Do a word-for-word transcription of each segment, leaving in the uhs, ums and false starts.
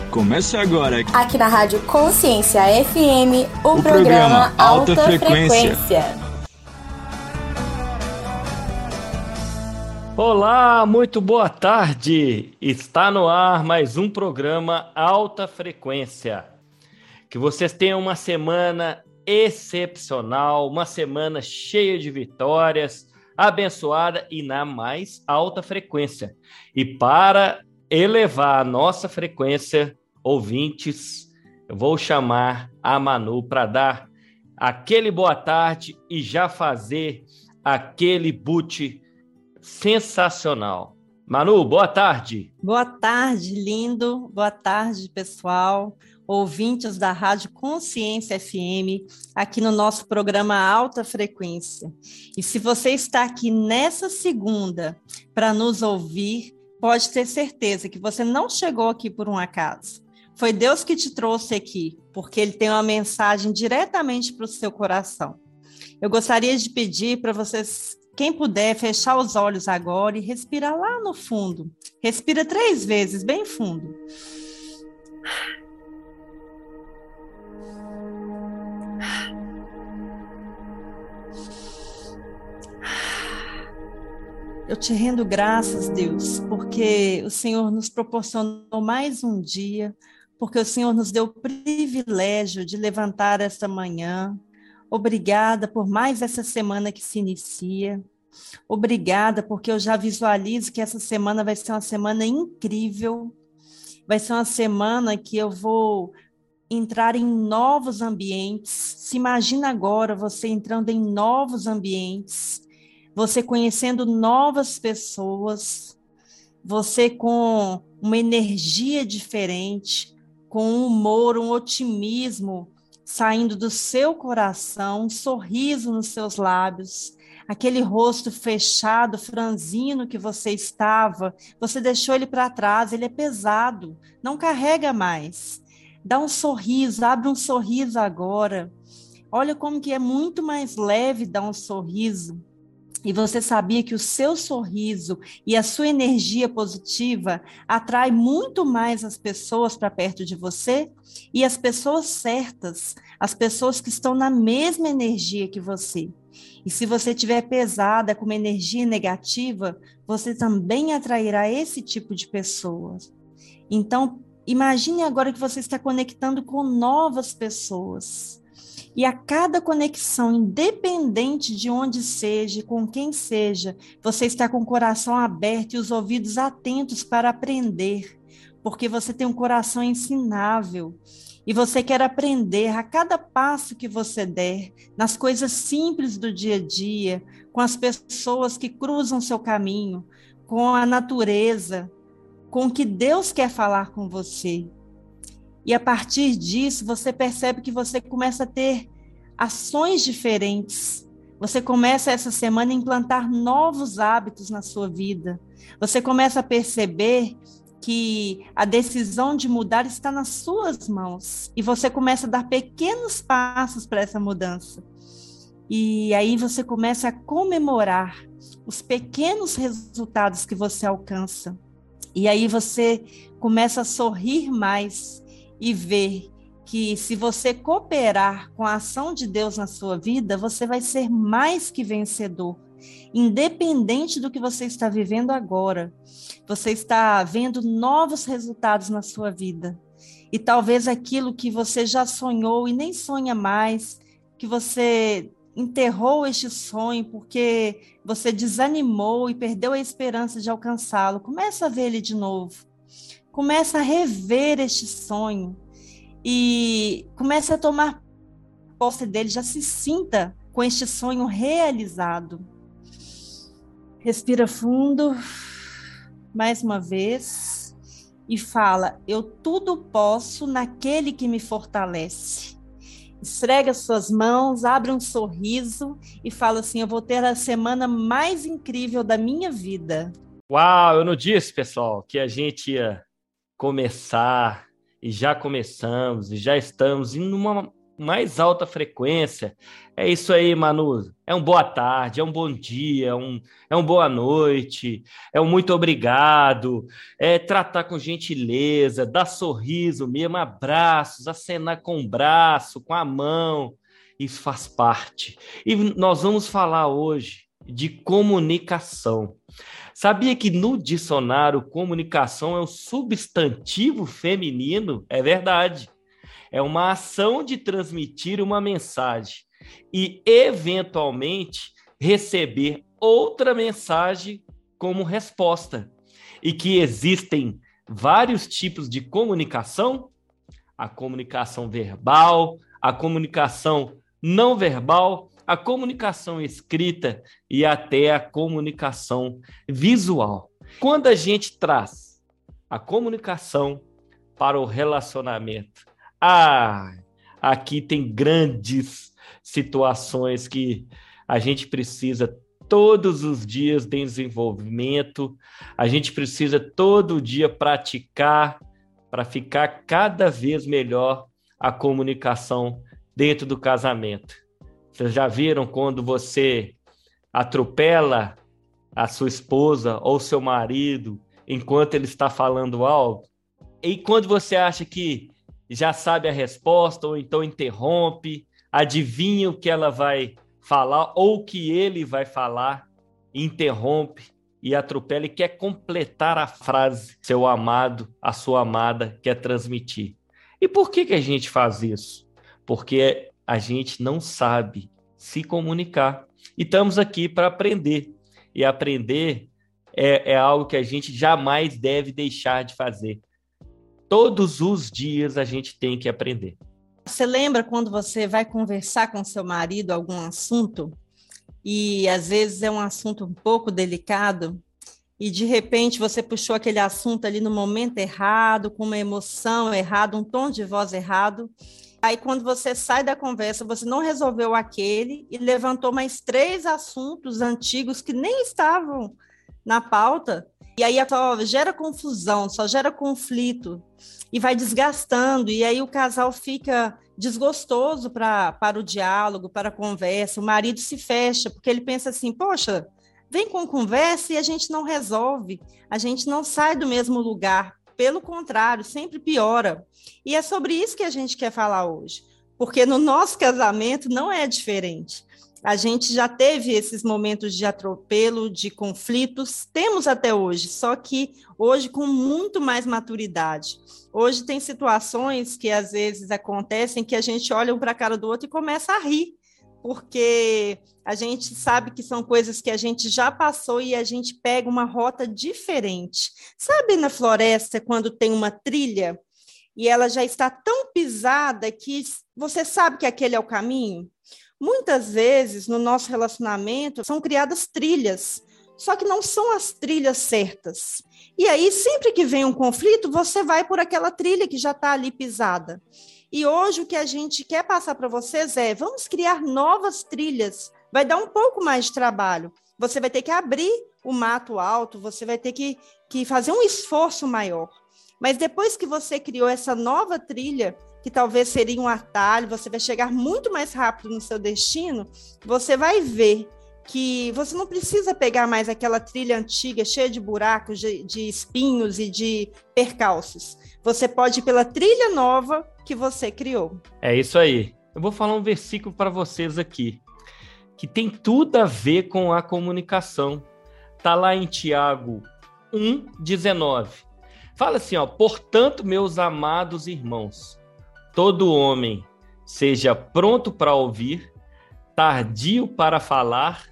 Começa agora, aqui na Rádio Consciência F M, o, o programa, programa Alta, Alta Frequência. Frequência. Olá, muito boa tarde! Está no ar mais um programa Alta Frequência. Que vocês tenham uma semana excepcional, uma semana cheia de vitórias, abençoada e na mais alta frequência. E para elevar a nossa frequência, ouvintes, eu vou chamar a Manu para dar aquele boa tarde e já fazer aquele boot sensacional. Manu, boa tarde. Boa tarde, lindo. Boa tarde, pessoal. Ouvintes da Rádio Consciência F M, aqui no nosso programa Alta Frequência. E se você está aqui nessa segunda para nos ouvir, pode ter certeza que você não chegou aqui por um acaso. Foi Deus que te trouxe aqui, porque Ele tem uma mensagem diretamente para o seu coração. Eu gostaria de pedir para vocês, quem puder, fechar os olhos agora e respirar lá no fundo. Respira três vezes, bem fundo. Eu te rendo graças, Deus, porque o Senhor nos proporcionou mais um dia, porque o Senhor nos deu o privilégio de levantar esta manhã. Obrigada por mais essa semana que se inicia. Obrigada, porque eu já visualizo que essa semana vai ser uma semana incrível. Vai ser uma semana que eu vou entrar em novos ambientes. Se imagina agora você entrando em novos ambientes, você conhecendo novas pessoas, você com uma energia diferente, com um humor, um otimismo saindo do seu coração, um sorriso nos seus lábios, aquele rosto fechado, franzino que você estava, você deixou ele para trás, ele é pesado, não carrega mais. Dá um sorriso, abre um sorriso agora. Olha como que é muito mais leve dar um sorriso. E você sabia que o seu sorriso e a sua energia positiva atrai muito mais as pessoas para perto de você? E as pessoas certas, as pessoas que estão na mesma energia que você. E se você estiver pesada, com uma energia negativa, você também atrairá esse tipo de pessoas. Então, imagine agora que você está conectando com novas pessoas. E a cada conexão, independente de onde seja, com quem seja, você está com o coração aberto e os ouvidos atentos para aprender, porque você tem um coração ensinável e você quer aprender a cada passo que você der, nas coisas simples do dia a dia, com as pessoas que cruzam seu caminho, com a natureza, com o que Deus quer falar com você. E a partir disso, você percebe que você começa a ter ações diferentes. Você começa essa semana a implantar novos hábitos na sua vida. Você começa a perceber que a decisão de mudar está nas suas mãos. E você começa a dar pequenos passos para essa mudança. E aí você começa a comemorar os pequenos resultados que você alcança. E aí você começa a sorrir mais e ver que se você cooperar com a ação de Deus na sua vida, você vai ser mais que vencedor, independente do que você está vivendo agora. Você está vendo novos resultados na sua vida. E talvez aquilo que você já sonhou e nem sonha mais, que você enterrou este sonho porque você desanimou e perdeu a esperança de alcançá-lo, começa a ver ele de novo. Começa a rever este sonho e começa a tomar posse dele, já se sinta com este sonho realizado. Respira fundo, mais uma vez, e fala: eu tudo posso naquele que me fortalece. Esfrega suas mãos, abre um sorriso e fala assim: eu vou ter a semana mais incrível da minha vida. Uau, eu não disse, pessoal, que a gente ia começar, e já começamos, e já estamos em uma mais alta frequência. É isso aí, Manu. É um boa tarde, é um bom dia, é um, é um boa noite, é um muito obrigado, é tratar com gentileza, dar sorriso mesmo, abraços, acenar com o braço, com a mão. Isso faz parte. E nós vamos falar hoje de comunicação. Sabia que no dicionário comunicação é um substantivo feminino? É verdade. É uma ação de transmitir uma mensagem e, eventualmente, receber outra mensagem como resposta. E que existem vários tipos de comunicação: a comunicação verbal, a comunicação não verbal, a comunicação escrita e até a comunicação visual. Quando a gente traz a comunicação para o relacionamento, ah, aqui tem grandes situações que a gente precisa todos os dias de desenvolvimento, a gente precisa todo dia praticar para ficar cada vez melhor a comunicação dentro do casamento. Vocês já viram quando você atropela a sua esposa ou seu marido enquanto ele está falando algo? E quando você acha que já sabe a resposta, ou então interrompe, adivinha o que ela vai falar, ou o que ele vai falar, interrompe e atropela e quer completar a frase, seu amado, a sua amada quer transmitir. E por que que a gente faz isso? Porque a gente não sabe se comunicar. E estamos aqui para aprender. E aprender é, é algo que a gente jamais deve deixar de fazer. Todos os dias a gente tem que aprender. Você lembra quando você vai conversar com seu marido algum assunto e às vezes é um assunto um pouco delicado e de repente você puxou aquele assunto ali no momento errado, com uma emoção errada, um tom de voz errado. Aí quando você sai da conversa, você não resolveu aquele e levantou mais três assuntos antigos que nem estavam na pauta. E aí só gera confusão, só gera conflito e vai desgastando. E aí o casal fica desgostoso pra, para o diálogo, para a conversa. O marido se fecha, porque ele pensa assim, poxa, vem com conversa e a gente não resolve. A gente não sai do mesmo lugar. Pelo contrário, sempre piora. E é sobre isso que a gente quer falar hoje. Porque no nosso casamento não é diferente. A gente já teve esses momentos de atropelo, de conflitos, temos até hoje, só que hoje com muito mais maturidade. Hoje tem situações que às vezes acontecem que a gente olha um para a cara do outro e começa a rir, porque a gente sabe que são coisas que a gente já passou e a gente pega uma rota diferente. Sabe na floresta quando tem uma trilha e ela já está tão pisada que você sabe que aquele é o caminho? Muitas vezes, no nosso relacionamento, são criadas trilhas, só que não são as trilhas certas. E aí, sempre que vem um conflito, você vai por aquela trilha que já está ali pisada. E hoje, o que a gente quer passar para vocês é, vamos criar novas trilhas. Vai dar um pouco mais de trabalho. Você vai ter que abrir o mato alto, você vai ter que, que fazer um esforço maior. Mas depois que você criou essa nova trilha, que talvez seria um atalho, você vai chegar muito mais rápido no seu destino, você vai ver que você não precisa pegar mais aquela trilha antiga, cheia de buracos, de, de espinhos e de percalços. Você pode ir pela trilha nova que você criou. É isso aí. Eu vou falar um versículo para vocês aqui, que tem tudo a ver com a comunicação. Está lá em Tiago um, dezenove. Fala assim, ó, portanto, meus amados irmãos, todo homem seja pronto para ouvir, tardio para falar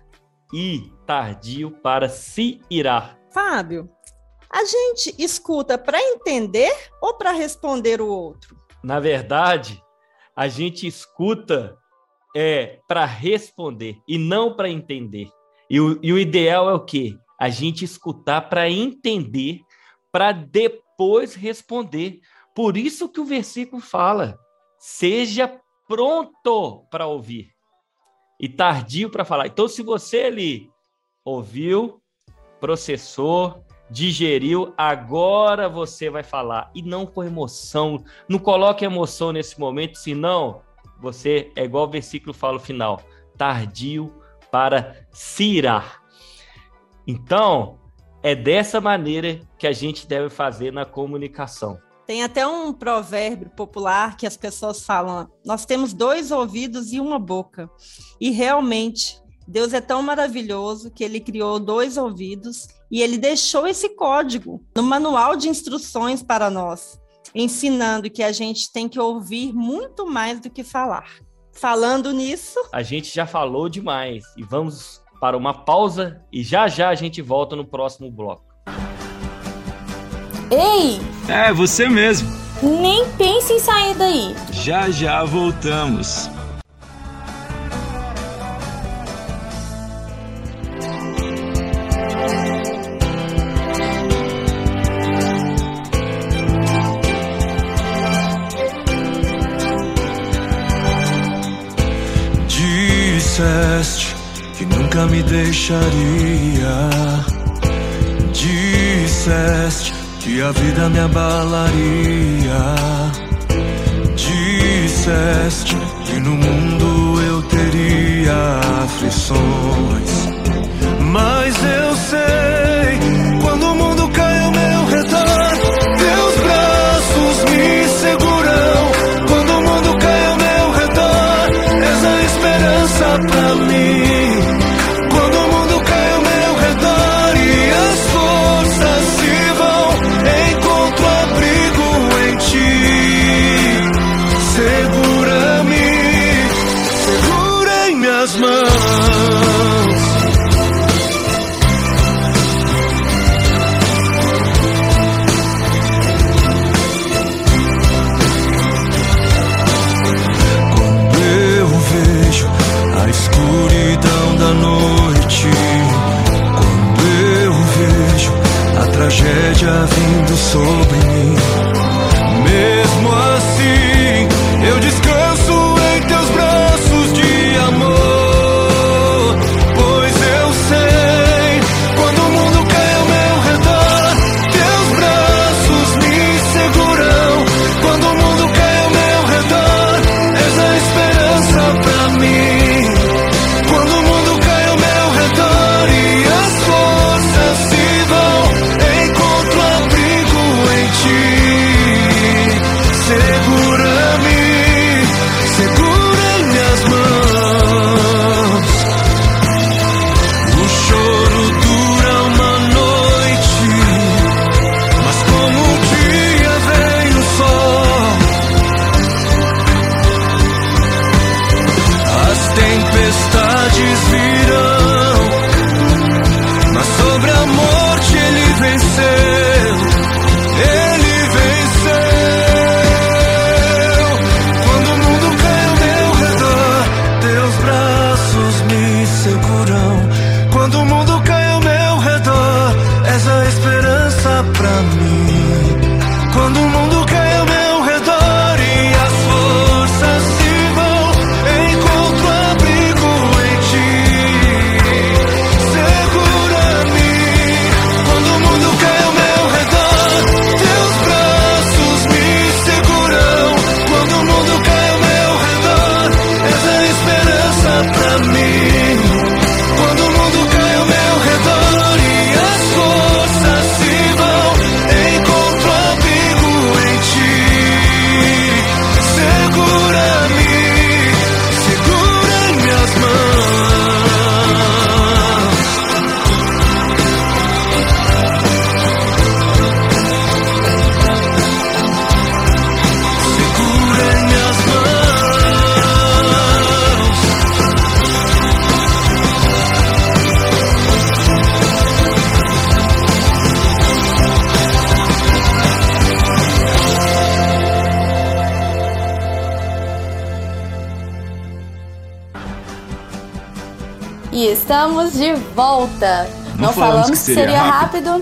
e tardio para se irar. Fábio, a gente escuta para entender ou para responder o outro? Na verdade, a gente escuta é, para responder e não para entender. E o, e o ideal é o quê? A gente escutar para entender, para depois responder. Por isso que o versículo fala, seja pronto para ouvir e tardio para falar. Então, se você ali ouviu, processou, digeriu, agora você vai falar. E não com emoção. Não coloque emoção nesse momento, senão você é igual o versículo fala no final, tardio para se irar. Então, é dessa maneira que a gente deve fazer na comunicação. Tem até um provérbio popular que as pessoas falam, nós temos dois ouvidos e uma boca. E realmente, Deus é tão maravilhoso que ele criou dois ouvidos e ele deixou esse código no manual de instruções para nós, ensinando que a gente tem que ouvir muito mais do que falar. Falando nisso... A gente já falou demais e vamos para uma pausa e já já a gente volta no próximo bloco. Ei! É, você mesmo. Nem pense em sair daí. Já já voltamos. Disseste que nunca me deixaria. Disseste que a vida me abalaria. Disseste que no mundo eu teria aflições. Mas eu sei, quando o mundo cai ao meu redor, teus braços me seguram. Quando o mundo cai ao meu redor, és a esperança pra mim. Quando o mundo cai ao meu redor e as forças se vão, encontro abrigo em ti. Segura-me, segura em minhas mãos. Quando eu vejo a escuridão da noite, quando eu vejo a tragédia vindo sobre mim, mesmo assim eu descanso em teus braços de amor. Pois eu sei, quando o mundo cai ao meu redor, teus braços me seguram. Quando o mundo cai ao meu redor, és a esperança pra mim. Quando o mundo cai ao meu redor e as forças se vão, encontro abrigo em ti. Segura-me, segura em minhas mãos. O choro dura uma noite, mas como um dia vem o sol. As tempestades virão, mas sobre a morte ele venceu. Ele venceu. Quando o mundo cai ao meu redor, teus braços me seguram. Quando o mundo cai ao meu redor, és a esperança pra mim. Quando o mundo cai ao meu redor e as forças se vão, encontro abrigo em ti. Segura-me. Quando o mundo cai ao meu redor, teus braços me seguram. Quando o mundo cai ao meu redor, és a esperança pra mim. Quando o mundo cai ao meu redor e as forças se vão, encontro abrigo em ti. Segura-me, segura em minhas mãos. Segura em minhas mãos. E estamos de volta. Não falamos que seria rápido.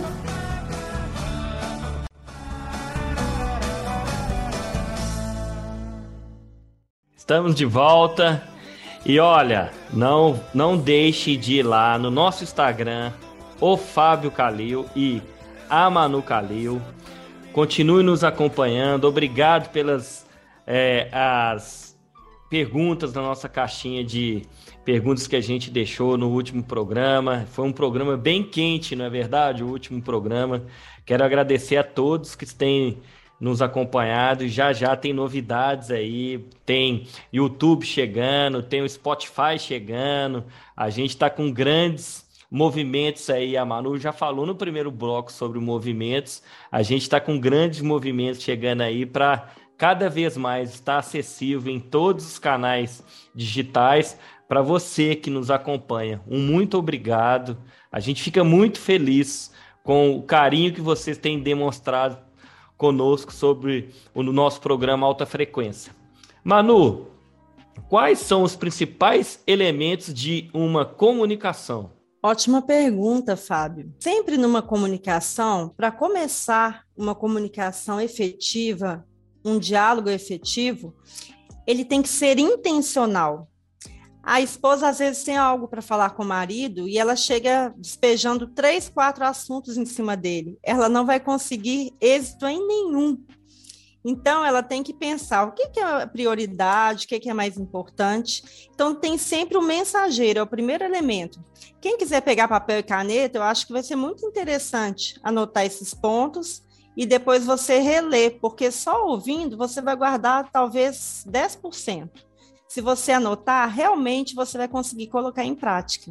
Estamos de volta e olha, não, não deixe de ir lá no nosso Instagram, o Fábio Calil e a Manu Calil. Continue nos acompanhando. Obrigado pelas, é, as, perguntas na nossa caixinha de perguntas que a gente deixou no último programa. Foi um programa bem quente, não é verdade? O último programa. Quero agradecer a todos que têm nos acompanhado. Já já tem novidades aí, tem YouTube chegando, tem o Spotify chegando. A gente está com grandes movimentos aí. A Manu já falou no primeiro bloco sobre movimentos. A gente está com grandes movimentos chegando aí para cada vez mais estar acessível em todos os canais digitais para você que nos acompanha. Um muito obrigado. A gente fica muito feliz com o carinho que vocês têm demonstrado conosco sobre o nosso programa Alta Frequência. Manu, quais são os principais elementos de uma comunicação? Ótima pergunta, Fábio. Sempre numa comunicação, para começar uma comunicação efetiva, um diálogo efetivo, ele tem que ser intencional. A esposa, às vezes, tem algo para falar com o marido e ela chega despejando três, quatro assuntos em cima dele. Ela não vai conseguir êxito em nenhum. Então, ela tem que pensar o que, que é a prioridade, o que, que é mais importante. Então, tem sempre o mensageiro, é o primeiro elemento. Quem quiser pegar papel e caneta, eu acho que vai ser muito interessante anotar esses pontos e depois você reler, porque só ouvindo você vai guardar talvez dez por cento. Se você anotar, realmente você vai conseguir colocar em prática.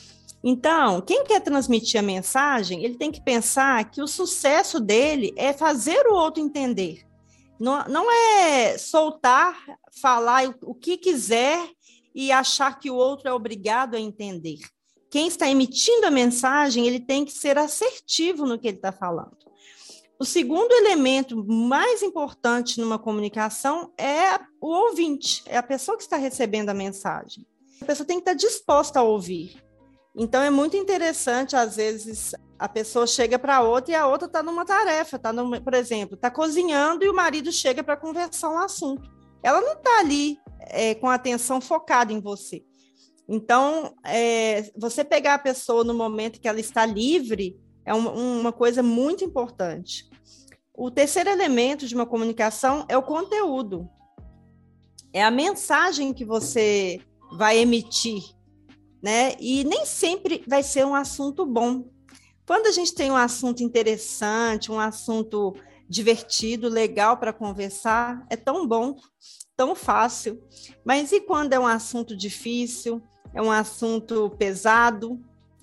Então, quem quer transmitir a mensagem, ele tem que pensar que o sucesso dele é fazer o outro entender. Não, não é soltar, falar o, o que quiser e achar que o outro é obrigado a entender. Quem está emitindo a mensagem, ele tem que ser assertivo no que ele está falando. O segundo elemento mais importante numa comunicação é o ouvinte, é a pessoa que está recebendo a mensagem. A pessoa tem que estar disposta a ouvir. Então, é muito interessante, às vezes, a pessoa chega para a outra e a outra está numa tarefa, tá numa, por exemplo, está cozinhando e o marido chega para conversar um assunto. Ela não está ali é, com a atenção focada em você. Então, é, você pegar a pessoa no momento que ela está livre é uma, uma coisa muito importante. O terceiro elemento de uma comunicação é o conteúdo. É a mensagem que você vai emitir, né? E nem sempre vai ser um assunto bom. Quando a gente tem um assunto interessante, um assunto divertido, legal para conversar, é tão bom, tão fácil. Mas e quando é um assunto difícil, é um assunto pesado?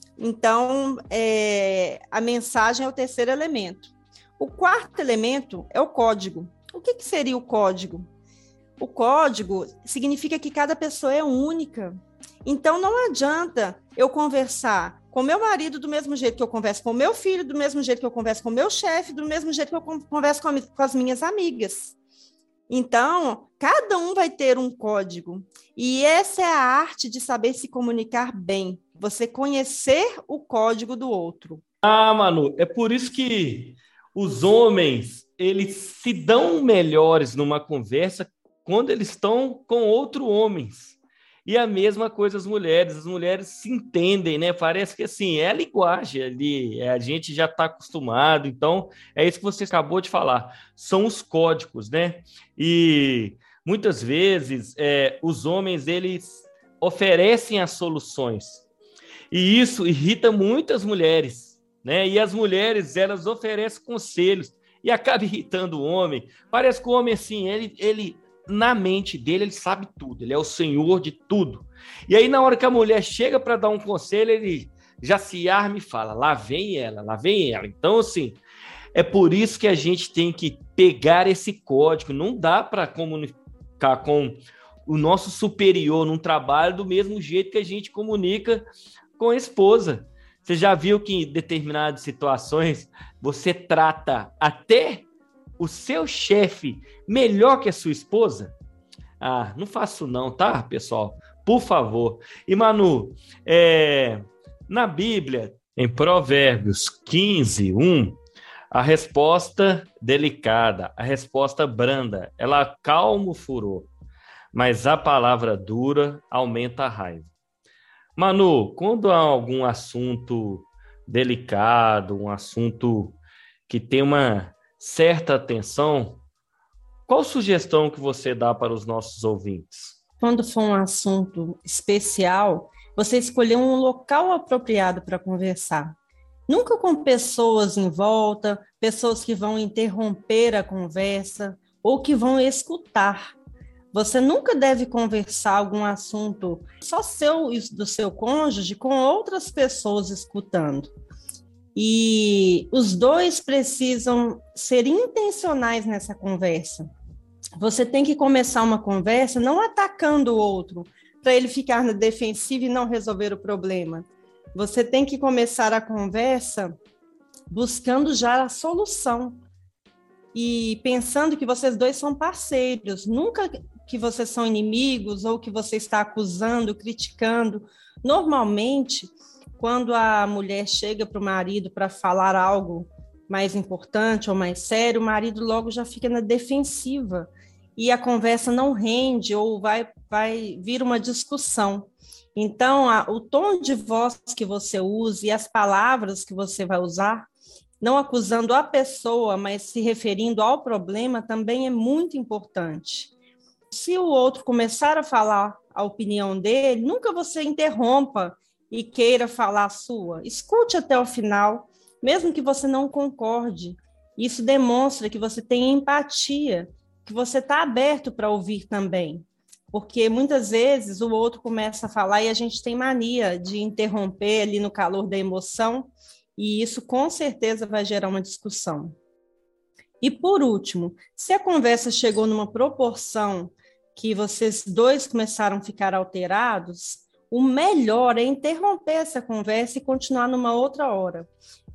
Então, é, a mensagem é o terceiro elemento. O quarto elemento é o código. O que, que seria o código? O código significa que cada pessoa é única. Então, não adianta eu conversar com meu marido do mesmo jeito que eu converso com meu filho, do mesmo jeito que eu converso com meu chefe, do mesmo jeito que eu converso com, com as minhas amigas. Então, cada um vai ter um código. E essa é a arte de saber se comunicar bem. Você conhecer o código do outro. Ah, Manu, é por isso que os homens, eles se dão melhores numa conversa quando eles estão com outros homens. E a mesma coisa as mulheres. As mulheres se entendem, né? Parece que assim, é a linguagem ali, a gente já está acostumado. Então, é isso que você acabou de falar. São os códigos, né? E muitas vezes é, os homens, eles oferecem as soluções. E isso irrita muitas mulheres, né? E as mulheres, elas oferecem conselhos e acaba irritando o homem. Parece que o homem, assim, ele, ele, na mente dele, ele sabe tudo, ele é o senhor de tudo. E aí, na hora que a mulher chega para dar um conselho, ele já se arma e fala, lá vem ela, lá vem ela. Então, assim, é por isso que a gente tem que pegar esse código. Não dá para comunicar com o nosso superior num trabalho do mesmo jeito que a gente comunica com a esposa. Você já viu que em determinadas situações você trata até o seu chefe melhor que a sua esposa? Ah, não faço não, tá, pessoal? Por favor. E, Manu, é, na Bíblia, em Provérbios quinze, um, a resposta delicada, a resposta branda, ela acalma o furor, mas a palavra dura aumenta a raiva. Manu, quando há algum assunto delicado, um assunto que tem uma certa atenção, qual sugestão que você dá para os nossos ouvintes? quando for um assunto especial, você escolher um local apropriado para conversar. Nunca com pessoas em volta, pessoas que vão interromper a conversa ou que vão escutar. Você nunca deve conversar algum assunto só seu e do seu cônjuge com outras pessoas escutando. E os dois precisam ser intencionais nessa conversa. Você tem que começar uma conversa não atacando o outro, para ele ficar na defensiva e não resolver o problema. Você tem que começar a conversa buscando já a solução e pensando que vocês dois são parceiros, nunca que vocês são inimigos ou que você está acusando, criticando. Normalmente, quando a mulher chega para o marido para falar algo mais importante ou mais sério, o marido logo já fica na defensiva e a conversa não rende ou vai, vai vir uma discussão. Então, a, o tom de voz que você usa e as palavras que você vai usar, não acusando a pessoa, mas se referindo ao problema, também é muito importante. Se o outro começar a falar a opinião dele, nunca você interrompa e queira falar a sua. Escute até o final, mesmo que você não concorde. Isso demonstra que você tem empatia, que você está aberto para ouvir também. Porque muitas vezes o outro começa a falar e a gente tem mania de interromper ali no calor da emoção, e isso com certeza vai gerar uma discussão. E por último, se a conversa chegou numa proporção que vocês dois começaram a ficar alterados, o melhor é interromper essa conversa e continuar numa outra hora.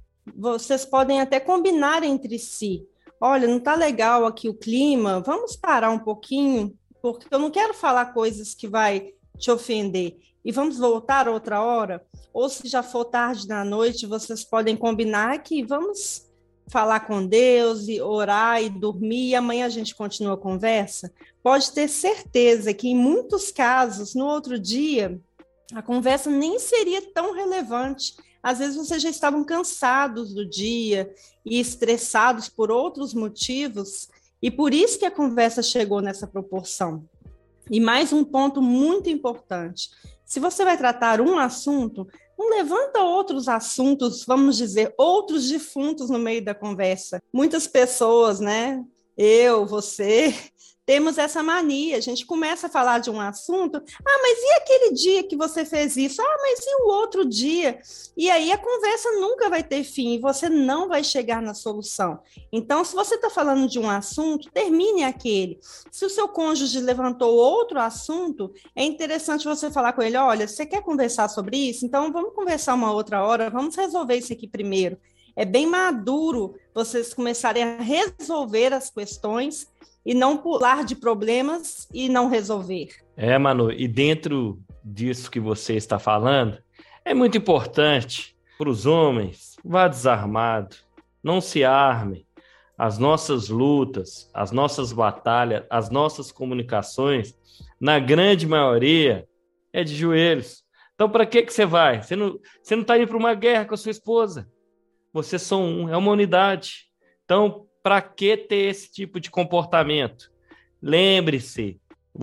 Vocês podem até combinar entre si. Olha, não está legal aqui o clima, vamos parar um pouquinho, porque eu não quero falar coisas que vai te ofender. E vamos voltar outra hora? Ou se já for tarde da noite, vocês podem combinar que vamos falar com Deus e orar e dormir e amanhã a gente continua a conversa. Pode ter certeza que em muitos casos, no outro dia, a conversa nem seria tão relevante. Às vezes vocês já estavam cansados do dia e estressados por outros motivos, e por isso que a conversa chegou nessa proporção. E mais um ponto muito importante. Se você vai tratar um assunto, não levanta outros assuntos, vamos dizer, outros defuntos no meio da conversa. Muitas pessoas, né? Eu, você, temos essa mania. A gente começa a falar de um assunto. Ah, mas e aquele dia que você fez isso? Ah, mas e o outro dia? E aí a conversa nunca vai ter fim e você não vai chegar na solução. Então, se você está falando de um assunto, termine aquele. Se o seu cônjuge levantou outro assunto, é interessante você falar com ele, olha, você quer conversar sobre isso? Então, vamos conversar uma outra hora, vamos resolver isso aqui primeiro. É bem maduro vocês começarem a resolver as questões e não pular de problemas e não resolver. É, Manu, e dentro disso que você está falando, é muito importante para os homens, vá desarmado, não se armem. As nossas lutas, as nossas batalhas, as nossas comunicações, na grande maioria, é de joelhos. Então, para que, que você vai? Você não você não está indo para uma guerra com a sua esposa. Vocês são um, é uma unidade. Então, para que ter esse tipo de comportamento? Lembre-se,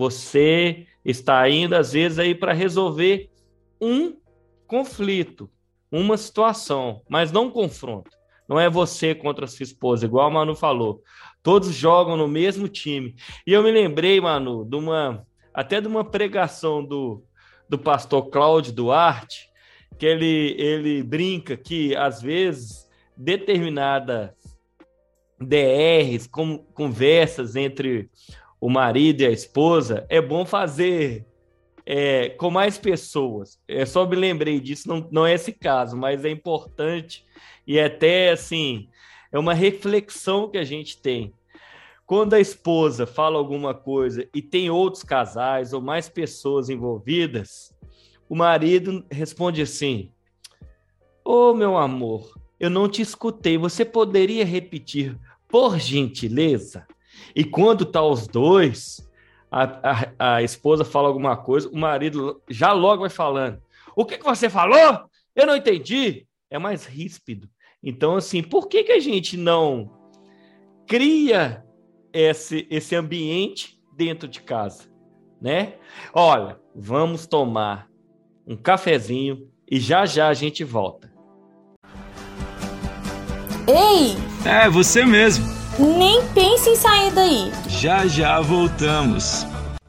você está indo, às vezes, aí para resolver um conflito, uma situação, mas não um confronto. Não é você contra a sua esposa, igual a Manu falou. Todos jogam no mesmo time. E eu me lembrei, Manu, de uma, até de uma pregação do, do pastor Cláudio Duarte, que ele, ele brinca que, às vezes, determinadas D Rs, com, conversas entre o marido e a esposa, é bom fazer é, com mais pessoas. Eu só me lembrei disso, não, não é esse caso, mas é importante e até, assim, é uma reflexão que a gente tem. Quando a esposa fala alguma coisa e tem outros casais ou mais pessoas envolvidas, o marido responde assim, ô, meu amor, eu não te escutei, você poderia repetir, por gentileza? E quando tá os dois, a, a, a esposa fala alguma coisa, o marido já logo vai falando, o que, que você falou? Eu não entendi. É mais ríspido. Então, assim, por que, que a gente não cria esse, esse ambiente dentro de casa? né? Olha, vamos tomar um cafezinho e já já a gente volta. Ei! É, você mesmo. Nem pense em sair daí. Já já voltamos.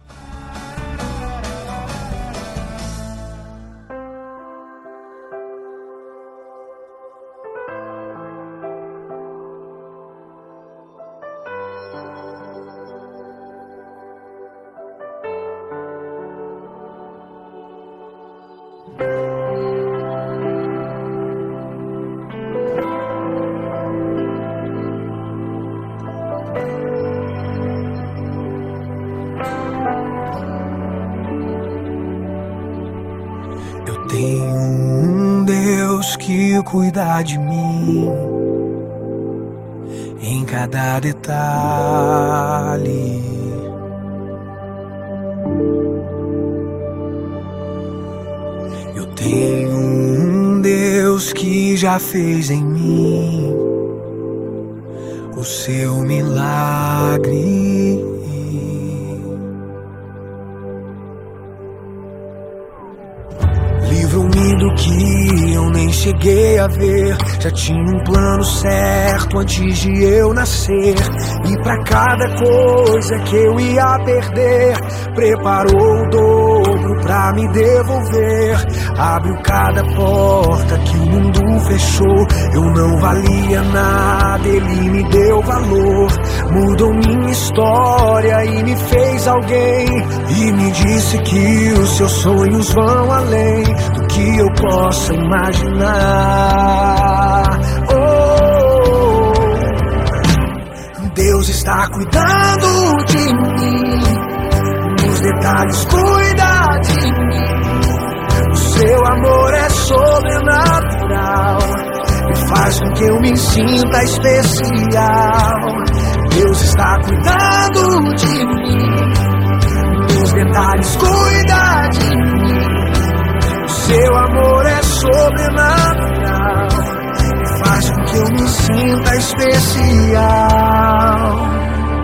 Tenho um Deus que cuida de mim em cada detalhe. Eu tenho um Deus que já fez em mim o seu milagre. Livro-me do que eu nem cheguei a ver. Já tinha um plano certo antes de eu nascer. E pra cada coisa que eu ia perder, preparou o dobro pra me devolver. Abriu cada porta que o mundo fechou. Eu não valia nada, ele me deu valor. Mudou minha história e me fez alguém. E me disse que os seus sonhos vão além do que eu possa imaginar. Oh, Deus está cuidando de mim, nos detalhes cuida de mim. O seu amor é sobrenatural e faz com que eu me sinta especial. Deus está cuidando de mim, nos detalhes cuida de mim. Seu amor é sobrenatural e faz com que eu me sinta especial.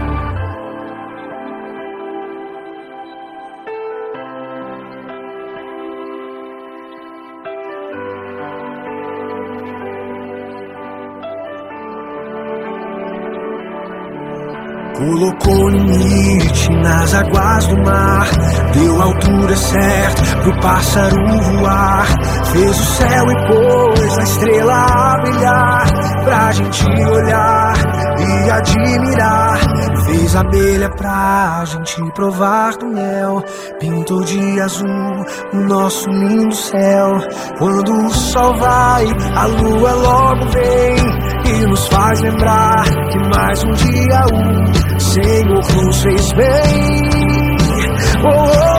Colocou limite nas águas do mar, deu a altura certa pro pássaro voar. Fez o céu e pôs a estrela a brilhar, pra gente olhar e admirar. Fez a abelha pra gente provar do mel, pintou de azul o nosso lindo céu. Quando o sol vai, a lua logo vem e nos faz lembrar que mais um dia o Senhor nos fez bem. Oh,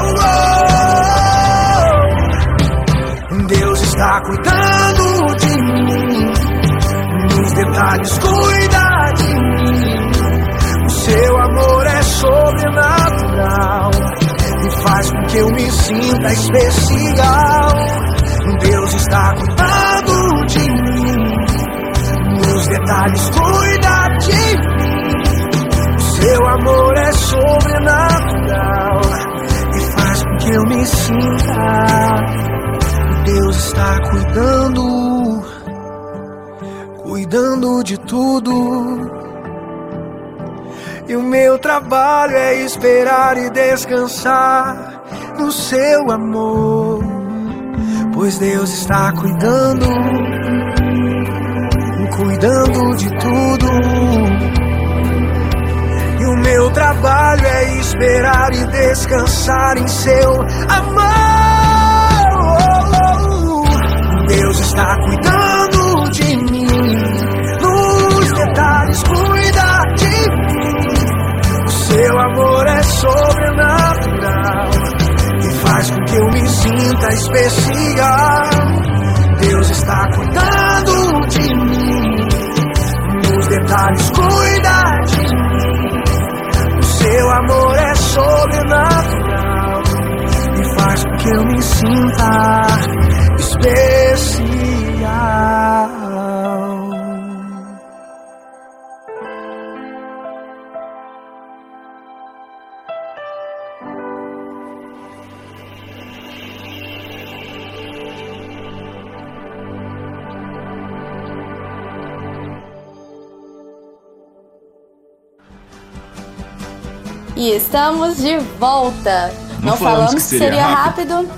oh, oh. Deus está cuidando de mim, nos detalhes cuida de mim. O seu amor é sobrenatural e faz com que eu me sinta especial. Deus está cuidando de mim, nos detalhes cuida de mim. Seu amor é sobrenatural e faz com que eu me sinta. Deus está cuidando, cuidando de tudo. E o meu trabalho é esperar e descansar no seu amor, pois Deus está cuidando, cuidando de tudo. E o meu trabalho é esperar e descansar em seu amor. Deus está cuidando de mim, nos detalhes cuida de mim. O seu amor é sobrenatural e faz com que eu me sinta especial. Deus está cuidando de mim, nos detalhes cuida de mim. Seu amor é sobrenatural e faz com que eu me sinta especial. E estamos de volta. Não Não falamos falamos que que seria seria rápido. rápido.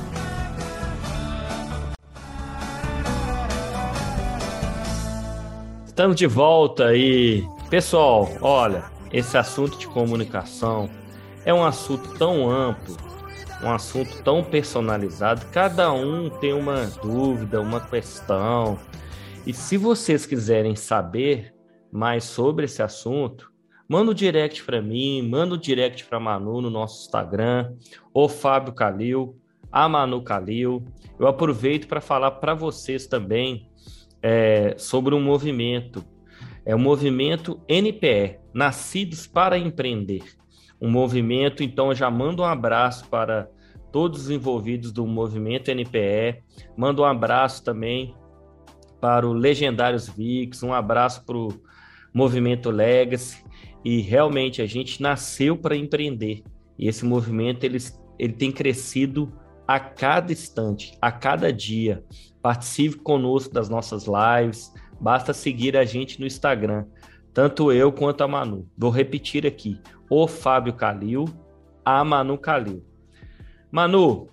Estamos de volta e, pessoal, olha, esse assunto de comunicação é um assunto tão amplo, um assunto tão personalizado, cada um tem uma dúvida, uma questão. E se vocês quiserem saber mais sobre esse assunto, manda um direct para mim, manda um direct para a Manu no nosso Instagram, o Fábio Calil, a Manu Calil. Eu aproveito para falar para vocês também é, sobre um movimento, é o movimento N P E, Nascidos para Empreender. Um movimento, então eu já mando um abraço para todos os envolvidos do movimento N P E, mando um abraço também para o Legendários VIX, um abraço para o Movimento Legacy, e realmente a gente nasceu para empreender, e esse movimento ele, ele tem crescido a cada instante, a cada dia. Participe conosco das nossas lives, basta seguir a gente no Instagram, tanto eu quanto a Manu. Vou repetir aqui, o Fábio Calil, a Manu Calil. Manu,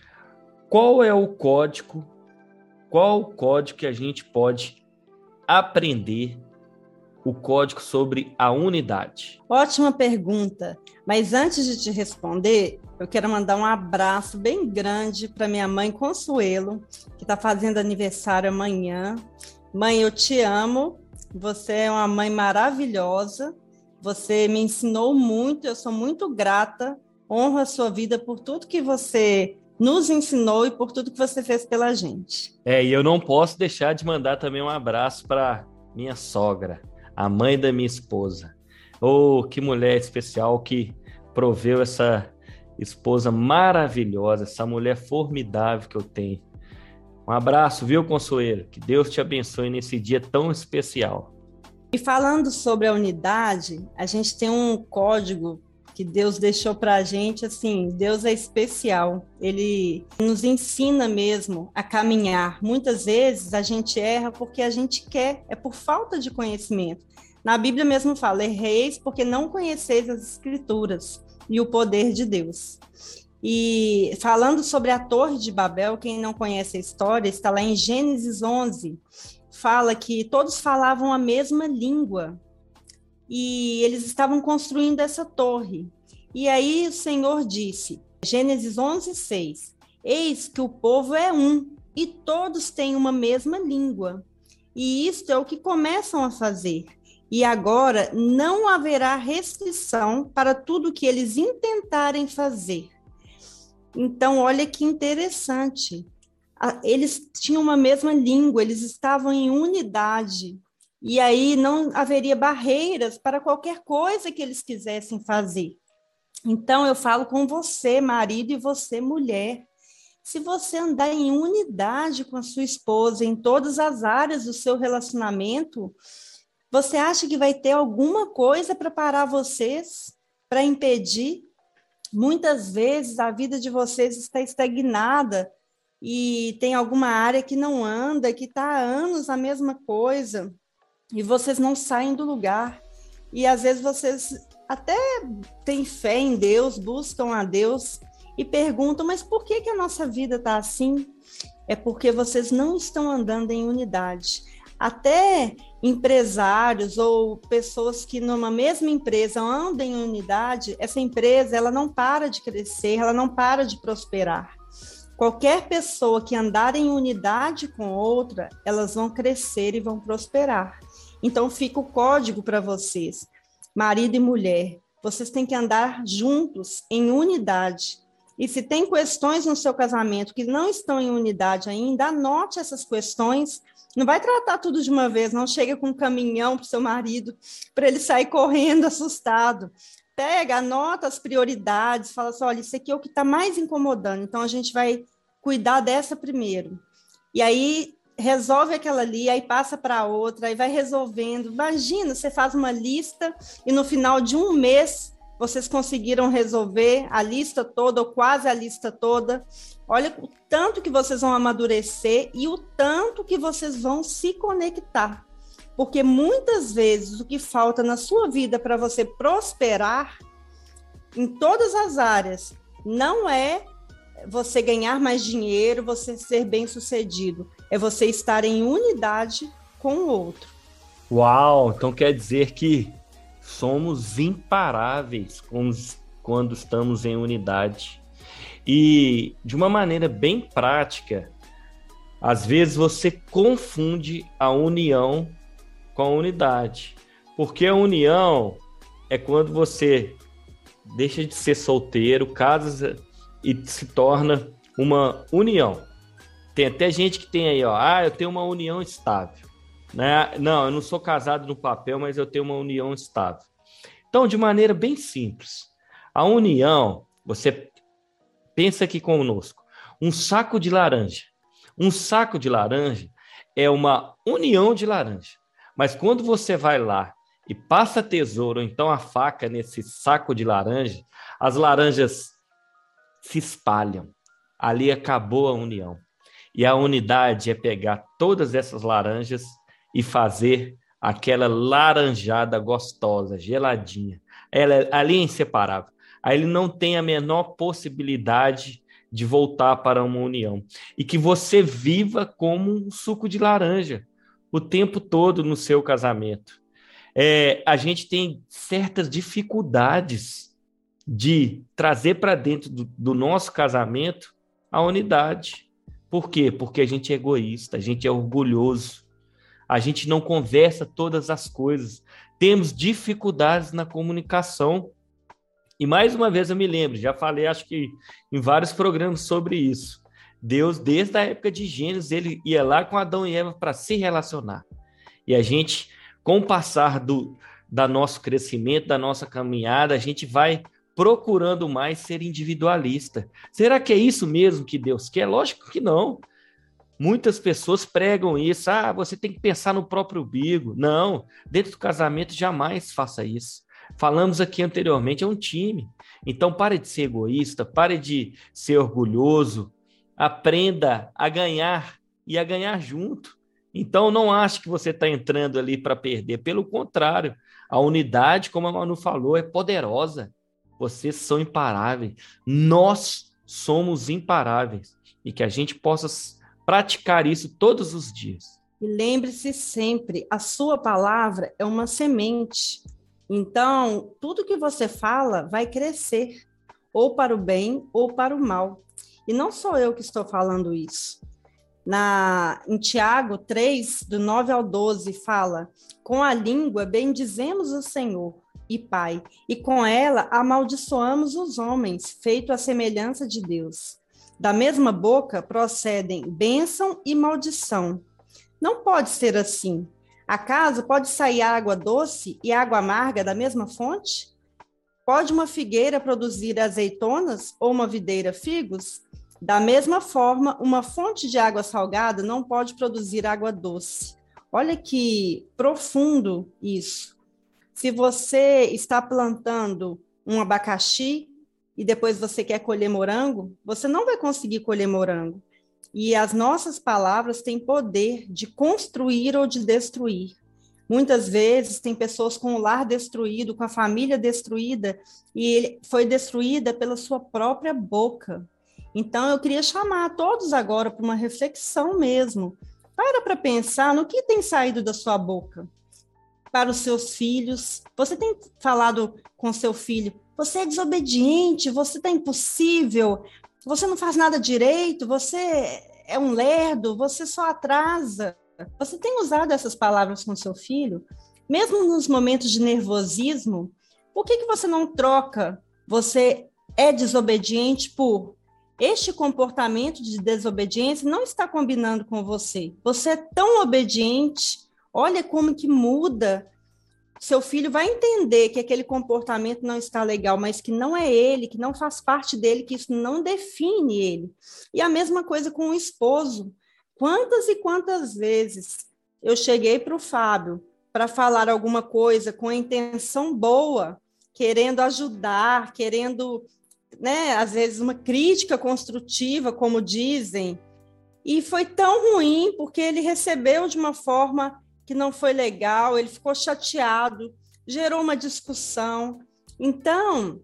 qual é o código, qual o código que a gente pode aprender, o código sobre a unidade? Ótima pergunta, mas antes de te responder, eu quero mandar um abraço bem grande para minha mãe Consuelo, que está fazendo aniversário amanhã. Mãe, eu te amo, você é uma mãe maravilhosa, você me ensinou muito, eu sou muito grata, honro a sua vida por tudo que você nos ensinou e por tudo que você fez pela gente. É, e eu não posso deixar de mandar também um abraço para minha sogra, a mãe da minha esposa. Oh, que mulher especial que proveu essa esposa maravilhosa, essa mulher formidável que eu tenho. Um abraço, viu, Consuelo? Que Deus te abençoe nesse dia tão especial. E falando sobre a unidade, a gente tem um código que Deus deixou para a gente, assim, Deus é especial. Ele nos ensina mesmo a caminhar. Muitas vezes a gente erra porque a gente quer, é por falta de conhecimento. Na Bíblia mesmo fala, erreis porque não conheceis as Escrituras e o poder de Deus. E falando sobre a Torre de Babel, quem não conhece a história, está lá em Gênesis onze, fala que todos falavam a mesma língua e eles estavam construindo essa torre. E aí o Senhor disse, Gênesis onze, seis, eis que o povo é um e todos têm uma mesma língua. E isto é o que começam a fazer. E agora não haverá restrição para tudo que eles intentarem fazer. Então, olha que interessante. Eles tinham uma mesma língua, eles estavam em unidade. E aí não haveria barreiras para qualquer coisa que eles quisessem fazer. Então, eu falo com você, marido, e você, mulher. Se você andar em unidade com a sua esposa em todas as áreas do seu relacionamento, você acha que vai ter alguma coisa para parar vocês, para impedir? Muitas vezes a vida de vocês está estagnada e tem alguma área que não anda, que está há anos a mesma coisa, e vocês não saem do lugar. E às vezes vocês até têm fé em Deus, buscam a Deus e perguntam, mas por que que a nossa vida está assim? É porque vocês não estão andando em unidade. Até empresários ou pessoas que numa mesma empresa andam em unidade, essa empresa ela não para de crescer, ela não para de prosperar. Qualquer pessoa que andar em unidade com outra, elas vão crescer e vão prosperar. Então fica o código para vocês, marido e mulher, vocês têm que andar juntos em unidade. E se tem questões no seu casamento que não estão em unidade ainda, anote essas questões. Não vai tratar tudo de uma vez, não chega com um caminhão para o seu marido, para ele sair correndo assustado. Pega, anota as prioridades, fala assim, olha, isso aqui é o que está mais incomodando, então a gente vai cuidar dessa primeiro. E aí resolve aquela ali, aí passa para outra, aí vai resolvendo. Imagina, você faz uma lista e no final de um mês vocês conseguiram resolver a lista toda, ou quase a lista toda. Olha o tanto que vocês vão amadurecer e o tanto que vocês vão se conectar. Porque muitas vezes o que falta na sua vida para você prosperar em todas as áreas. Não é você ganhar mais dinheiro, você ser bem-sucedido. É você estar em unidade com o outro. Uau! Então quer dizer que somos imparáveis quando estamos em unidade. E de uma maneira bem prática, às vezes você confunde a união com a unidade. Porque a união é quando você deixa de ser solteiro, casa e se torna uma união. Tem até gente que tem aí, ó, ah, eu tenho uma união estável. Né? Não, eu não sou casado no papel, mas eu tenho uma união estável. Então, de maneira bem simples, a união, você pensa aqui conosco, um saco de laranja. Um saco de laranja é uma união de laranja. Mas quando você vai lá e passa a tesoura, ou então a faca nesse saco de laranja, as laranjas se espalham. Ali acabou a união. E a unidade é pegar todas essas laranjas e fazer aquela laranjada gostosa, geladinha. Ela ali é inseparável. Aí ele não tem a menor possibilidade de voltar para uma união. E que você viva como um suco de laranja o tempo todo no seu casamento. É, a gente tem certas dificuldades de trazer para dentro do, do nosso casamento a unidade. Por quê? Porque a gente é egoísta, a gente é orgulhoso, a gente não conversa todas as coisas, temos dificuldades na comunicação. E mais uma vez eu me lembro, já falei acho que em vários programas sobre isso. Deus, desde a época de Gênesis, ele ia lá com Adão e Eva para se relacionar. E a gente, com o passar do da nosso crescimento, da nossa caminhada, a gente vai procurando mais ser individualista. Será que é isso mesmo que Deus quer? Lógico que não. Muitas pessoas pregam isso. Ah, você tem que pensar no próprio umbigo. Não, dentro do casamento jamais faça isso. Falamos aqui anteriormente, é um time. Então pare de ser egoísta, pare de ser orgulhoso, aprenda a ganhar e a ganhar junto. Então não ache que você está entrando ali para perder. Pelo contrário, a unidade, como a Manu falou, é poderosa. Vocês são imparáveis. Nós somos imparáveis. E que a gente possa praticar isso todos os dias. E lembre-se sempre, a sua palavra é uma semente. Então, tudo que você fala vai crescer, ou para o bem ou para o mal. E não sou eu que estou falando isso. Na, em Tiago três, do nove ao doze, fala: com a língua bendizemos o Senhor e Pai, e com ela amaldiçoamos os homens, feito à semelhança de Deus. Da mesma boca procedem bênção e maldição. Não pode ser assim. Acaso pode sair água doce e água amarga da mesma fonte? Pode uma figueira produzir azeitonas ou uma videira figos? Da mesma forma, uma fonte de água salgada não pode produzir água doce. Olha que profundo isso. Se você está plantando um abacaxi e depois você quer colher morango, você não vai conseguir colher morango. E as nossas palavras têm poder de construir ou de destruir. Muitas vezes tem pessoas com o lar destruído, com a família destruída, e ele foi destruída pela sua própria boca. Então, eu queria chamar todos agora para uma reflexão mesmo. Para para pensar no que tem saído da sua boca. Para os seus filhos, você tem falado com seu filho, você é desobediente, você está impossível, você não faz nada direito, você é um lerdo, você só atrasa. Você tem usado essas palavras com seu filho? Mesmo nos momentos de nervosismo, por que que você não troca? Você é desobediente por... Este comportamento de desobediência não está combinando com você. Você é tão obediente, olha como que muda. Seu filho vai entender que aquele comportamento não está legal, mas que não é ele, que não faz parte dele, que isso não define ele. E a mesma coisa com o esposo. Quantas e quantas vezes eu cheguei para o Fábio para falar alguma coisa com a intenção boa, querendo ajudar, querendo... né, às vezes uma crítica construtiva, como dizem, e foi tão ruim porque ele recebeu de uma forma que não foi legal, ele ficou chateado, gerou uma discussão. Então,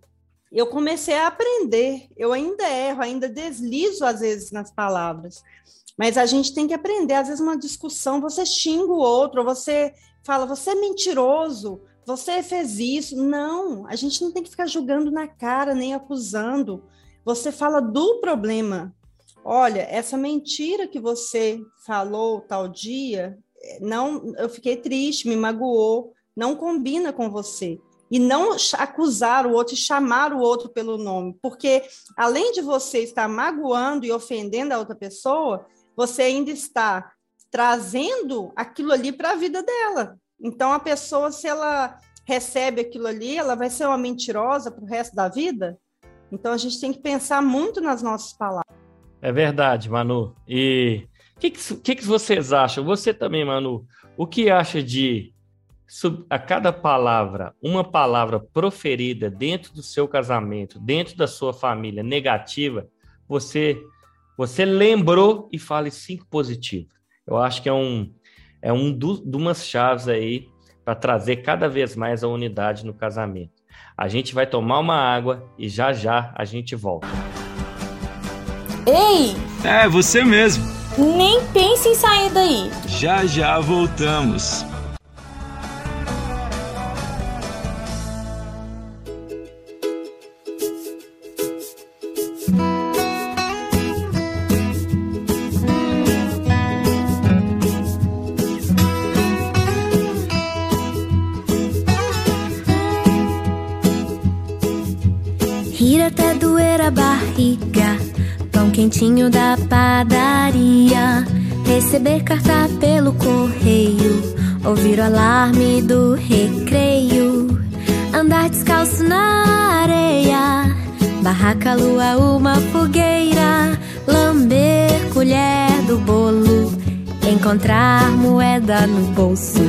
eu comecei a aprender. Eu ainda erro, ainda deslizo às vezes nas palavras. Mas a gente tem que aprender. Às vezes, uma discussão, você xinga o outro, você fala, você é mentiroso, você fez isso. Não, a gente não tem que ficar julgando na cara, nem acusando. Você fala do problema. Olha, essa mentira que você falou tal dia, não, eu fiquei triste, me magoou, não combina com você. E não acusar o outro e chamar o outro pelo nome, porque além de você estar magoando e ofendendo a outra pessoa, você ainda está trazendo aquilo ali para a vida dela. Então, a pessoa, se ela recebe aquilo ali, ela vai ser uma mentirosa para o resto da vida? Então, a gente tem que pensar muito nas nossas palavras. É verdade, Manu. E o que, que, que vocês acham? Você também, Manu, o que acha de a cada palavra, uma palavra proferida dentro do seu casamento, dentro da sua família, negativa, você, você lembrou e fale cinco positivas? Eu acho que é um, é um do, de umas chaves aí para trazer cada vez mais a unidade no casamento. A gente vai tomar uma água e já já a gente volta. Ei! É, você mesmo. Nem pense em sair daí. Já já voltamos. Rir até doer a barriga, pão quentinho da padaria, receber carta pelo correio, ouvir o alarme do recreio, andar descalço na areia, barraca, lua, uma fogueira, lamber colher do bolo, encontrar moeda no bolso,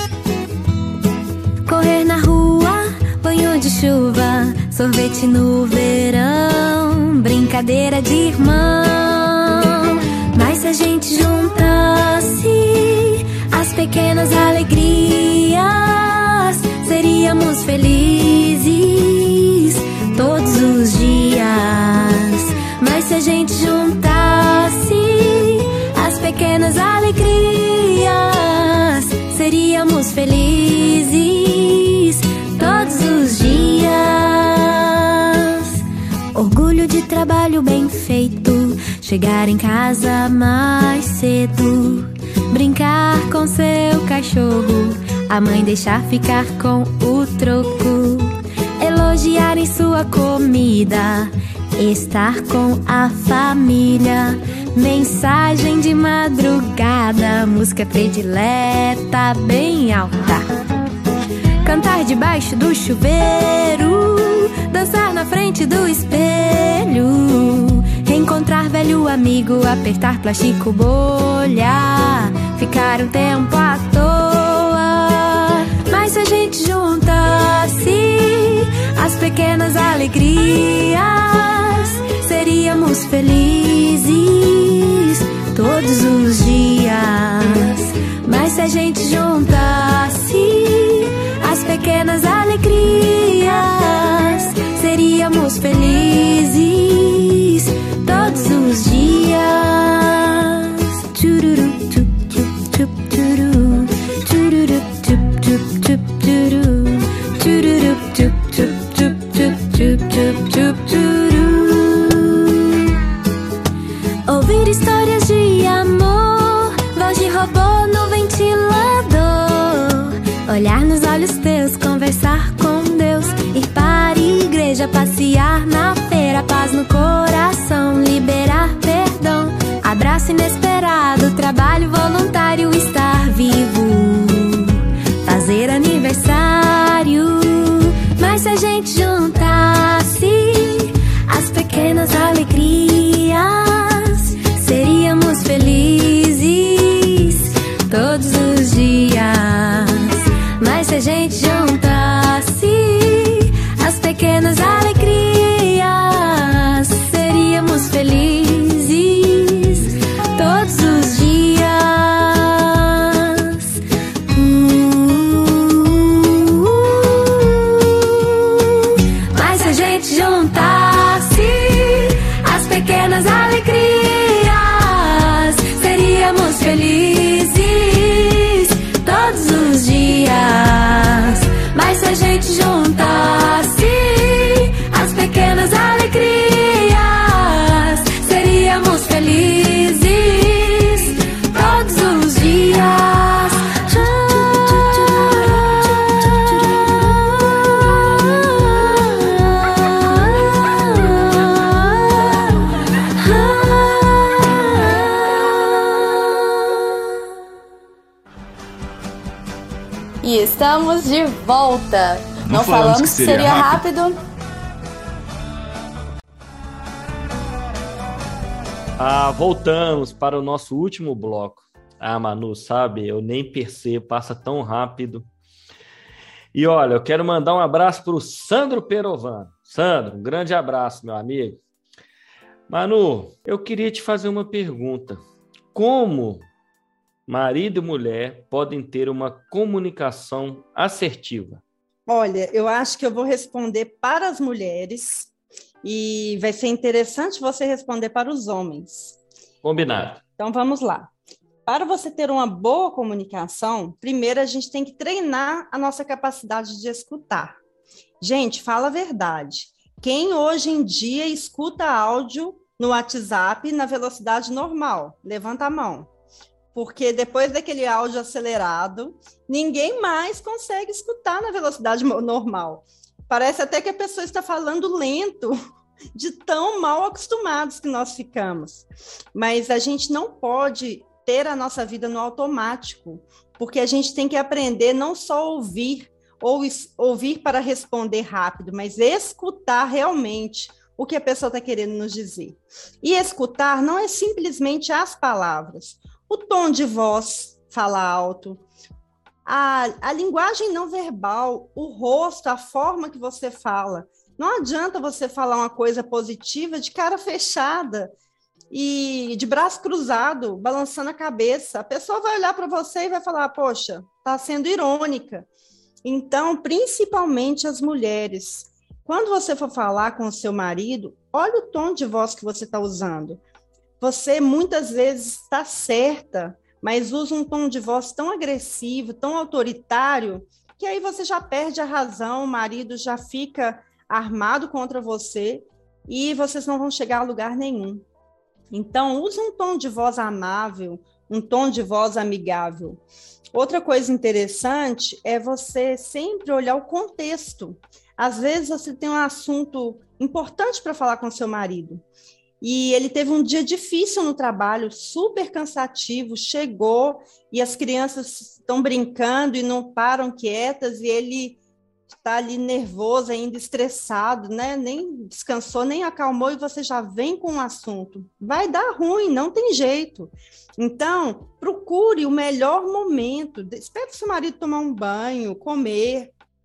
correr na rua, banho de chuva, sorvete no verão, brincadeira de irmão. Mas se a gente juntasse as pequenas alegrias, seríamos felizes todos os dias. Mas se a gente juntasse as pequenas alegrias, seríamos felizes todos os dias. Orgulho de trabalho bem feito, chegar em casa mais cedo, brincar com seu cachorro, a mãe deixar ficar com o troco, elogiar em sua comida, estar com a família, mensagem de madrugada, música predileta bem alta, cantar debaixo do chuveiro, dançar na frente do espelho, reencontrar velho amigo, apertar plástico bolha, ficar um tempo à toa. Mas se a gente juntasse as pequenas alegrias, seríamos felizes todos os dias. Mas se a gente juntasse as pequenas alegrias, seríamos felizes todos os dias. Chururu, chup, chup, chup, churu. Chururu, chup, chup, chup, churu. Chururu, chup, chup, chup, chup, chup, chup, chup, churu. Ouvir histórias de amor, voz de robô no ventilador, olhar nos olhos teus, conversar com Deus, ir para a igreja, passear na feira, paz no coração, liberar perdão, abraço inesperado, trabalho voluntário, estar vivo, fazer aniversário. Mas se a gente juntasse as pequenas alegrias, seríamos felizes todos os dias. Mas se a gente juntasse as pequenas alegrias, seríamos felizes todos os dias. gente juntasse as pequenas alegrias, seríamos felizes todos os dias. Mas se a gente juntasse as pequenas alegrias, seríamos felizes todos os dias. E estamos de volta. Não Não, falamos falamos que que seria seria rápido. rápido. Ah, voltamos para o nosso último bloco. Ah, Manu, sabe, eu nem percebo, passa tão rápido. E olha, eu quero mandar um abraço para o Sandro Perovano. Sandro, um grande abraço, meu amigo. Manu, eu queria te fazer uma pergunta. Como marido e mulher podem ter uma comunicação assertiva? Olha, eu acho que eu vou responder para as mulheres e vai ser interessante você responder para os homens. Combinado. Então, vamos lá. Para você ter uma boa comunicação, primeiro a gente tem que treinar a nossa capacidade de escutar. Gente, fala a verdade. Quem hoje em dia escuta áudio no WhatsApp na velocidade normal? Levanta a mão. Porque depois daquele áudio acelerado, ninguém mais consegue escutar na velocidade normal. Parece até que a pessoa está falando lento, de tão mal acostumados que nós ficamos. Mas a gente não pode ter a nossa vida no automático, porque a gente tem que aprender não só a ouvir, ou es- ouvir para responder rápido, mas escutar realmente o que a pessoa está querendo nos dizer. E escutar não é simplesmente as palavras. O tom de voz, fala alto, a, a linguagem não verbal, o rosto, a forma que você fala. Não adianta você falar uma coisa positiva de cara fechada e de braço cruzado, balançando a cabeça. A pessoa vai olhar para você e vai falar, poxa, está sendo irônica. Então, principalmente as mulheres, quando você for falar com o seu marido, olha o tom de voz que você está usando. Você muitas vezes está certa, mas usa um tom de voz tão agressivo, tão autoritário, que aí você já perde a razão, o marido já fica armado contra você e vocês não vão chegar a lugar nenhum. Então, use um tom de voz amável, um tom de voz amigável. Outra coisa interessante é você sempre olhar o contexto. Às vezes você tem um assunto importante para falar com seu marido, e ele teve um dia difícil no trabalho, super cansativo, chegou e as crianças estão brincando e não param quietas, e ele está ali nervoso, ainda estressado, né? Nem descansou, nem acalmou, e você já vem com um assunto. Vai dar ruim, não tem jeito. Então, procure o melhor momento, espere o seu marido tomar um banho, comer,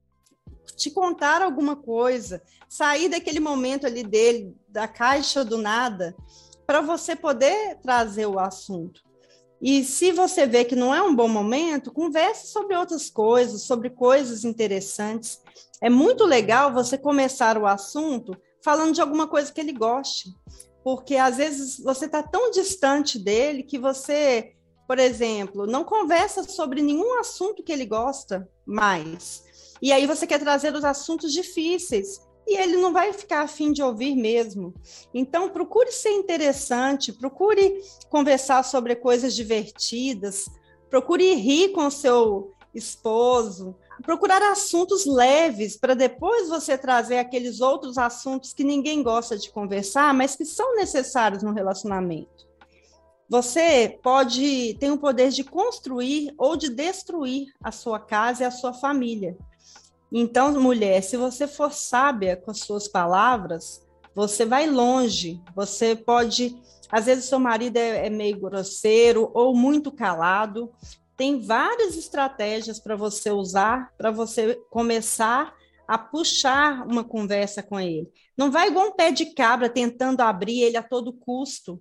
te contar alguma coisa, sair daquele momento ali dele, da caixa do nada, para você poder trazer o assunto. E se você vê que não é um bom momento, converse sobre outras coisas, sobre coisas interessantes. É muito legal você começar o assunto falando de alguma coisa que ele goste, porque às vezes você está tão distante dele que você, por exemplo, não conversa sobre nenhum assunto que ele gosta mais. E aí você quer trazer os assuntos difíceis, e ele não vai ficar a fim de ouvir mesmo. Então, procure ser interessante, procure conversar sobre coisas divertidas, procure rir com o seu esposo, procurar assuntos leves, para depois você trazer aqueles outros assuntos que ninguém gosta de conversar, mas que são necessários no relacionamento. Você pode ter o poder de construir ou de destruir a sua casa e a sua família. Então, mulher, se você for sábia com as suas palavras, você vai longe. Você pode... Às vezes, o seu marido é, é meio grosseiro ou muito calado. Tem várias estratégias para você usar, para você começar a puxar uma conversa com ele. Não vai igual um pé de cabra tentando abrir ele a todo custo.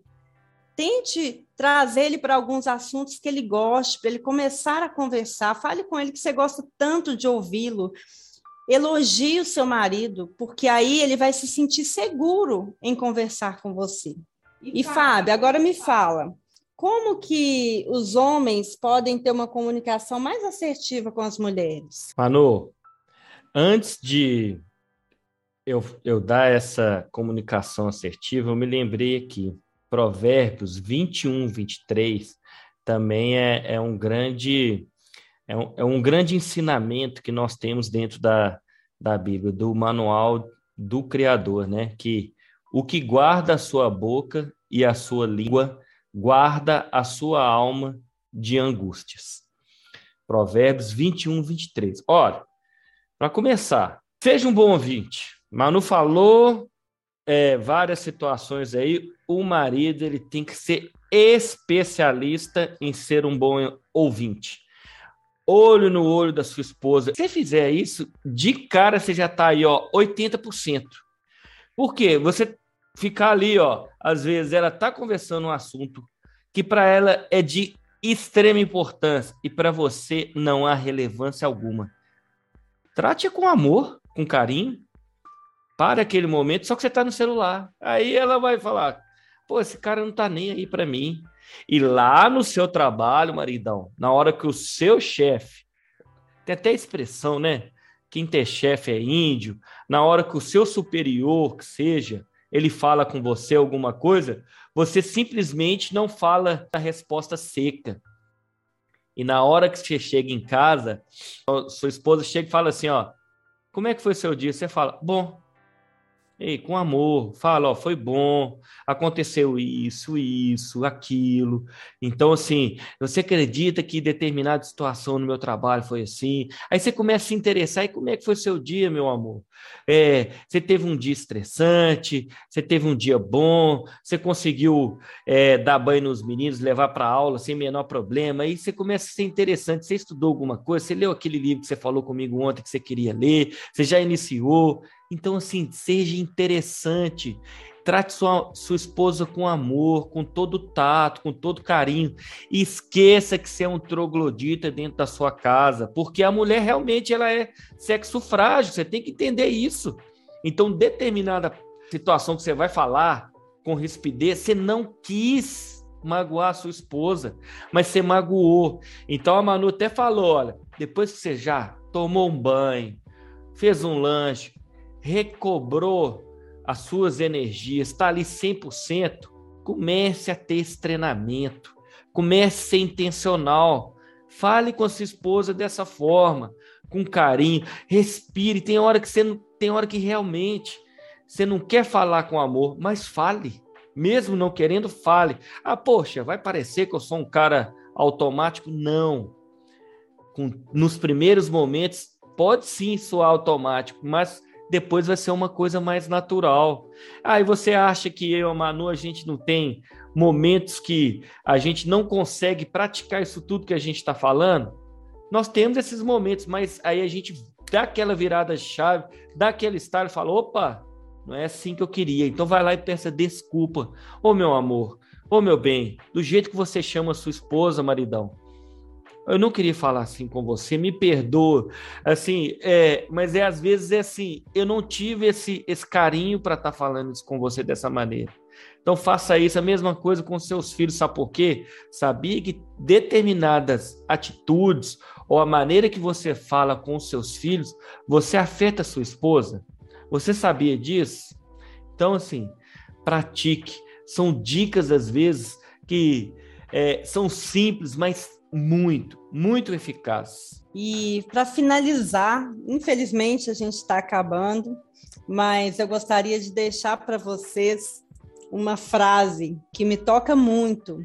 Tente trazer ele para alguns assuntos que ele goste, para ele começar a conversar. Fale com ele que você gosta tanto de ouvi-lo. Elogie o seu marido, porque aí ele vai se sentir seguro em conversar com você. E, Fábio, agora me fala, como que os homens podem ter uma comunicação mais assertiva com as mulheres? Manu, antes de eu, eu dar essa comunicação assertiva, eu me lembrei aqui, Provérbios vinte e um, vinte e três, também é, é, um grande, é, um, é um grande ensinamento que nós temos dentro da, da Bíblia, do manual do Criador, né? Que o que guarda a sua boca e a sua língua, guarda a sua alma de angústias. Provérbios vinte e um, vinte e três. Olha, para começar, seja um bom ouvinte. Manu falou é, várias situações aí. O marido ele tem que ser especialista em ser um bom ouvinte. Olho no olho da sua esposa. Se você fizer isso, de cara você já está aí, ó, oitenta por cento. Por quê? Você ficar ali, ó, às vezes ela está conversando um assunto que para ela é de extrema importância e para você não há relevância alguma. Trate com amor, com carinho, para aquele momento, só que você está no celular. Aí ela vai falar, pô, esse cara não está nem aí para mim. E lá no seu trabalho, maridão, na hora que o seu chefe, tem até expressão, né? Quem ter chefe é índio. Na hora que o seu superior, que seja, ele fala com você alguma coisa, você simplesmente não fala a resposta seca. E na hora que você chega em casa, sua esposa chega e fala assim, ó, como é que foi o seu dia? Você fala, bom. Ei, com amor, fala, ó, foi bom, aconteceu isso, isso, aquilo. Então, assim, você acredita que determinada situação no meu trabalho foi assim? Aí você começa a se interessar, e como é que foi o seu dia, meu amor? É, você teve um dia estressante, você teve um dia bom, você conseguiu é, dar banho nos meninos, levar para aula sem menor problema, aí você começa a ser interessante, você estudou alguma coisa, você leu aquele livro que você falou comigo ontem que você queria ler, você já iniciou. Então, assim, seja interessante, trate sua, sua esposa com amor, com todo tato, com todo carinho, e esqueça que você é um troglodita dentro da sua casa, porque a mulher realmente ela é sexo frágil, você tem que entender isso. Então, determinada situação que você vai falar com rispidez, você não quis magoar a sua esposa, mas você magoou. Então, a Manu até falou, olha, depois que você já tomou um banho, fez um lanche, recobrou as suas energias, está ali cem por cento, comece a ter esse treinamento, comece a ser intencional, fale com a sua esposa dessa forma, com carinho, respire, tem hora que, você não, tem hora que realmente você não quer falar com amor, mas fale, mesmo não querendo, fale. Ah, poxa, vai parecer que eu sou um cara automático? Não. Com, nos primeiros momentos, pode sim soar automático, mas depois vai ser uma coisa mais natural. Aí ah, você acha que eu e a Manu, a gente não tem momentos que a gente não consegue praticar isso tudo que a gente está falando? Nós temos esses momentos, mas aí a gente dá aquela virada de chave, dá aquele estalo e fala, opa, não é assim que eu queria. Então vai lá e peça desculpa. Ô meu amor, ô meu bem, do jeito que você chama a sua esposa, maridão, eu não queria falar assim com você, me perdoa, assim, é, mas é às vezes é assim, eu não tive esse, esse carinho para estar tá falando isso com você dessa maneira. Então faça isso, a mesma coisa com seus filhos, sabe por quê? Sabia que determinadas atitudes ou a maneira que você fala com os seus filhos, você afeta a sua esposa? Você sabia disso? Então, assim, pratique. São dicas, às vezes, que é, são simples, mas muito, muito eficazes. E para finalizar, infelizmente a gente está acabando, mas eu gostaria de deixar para vocês uma frase que me toca muito.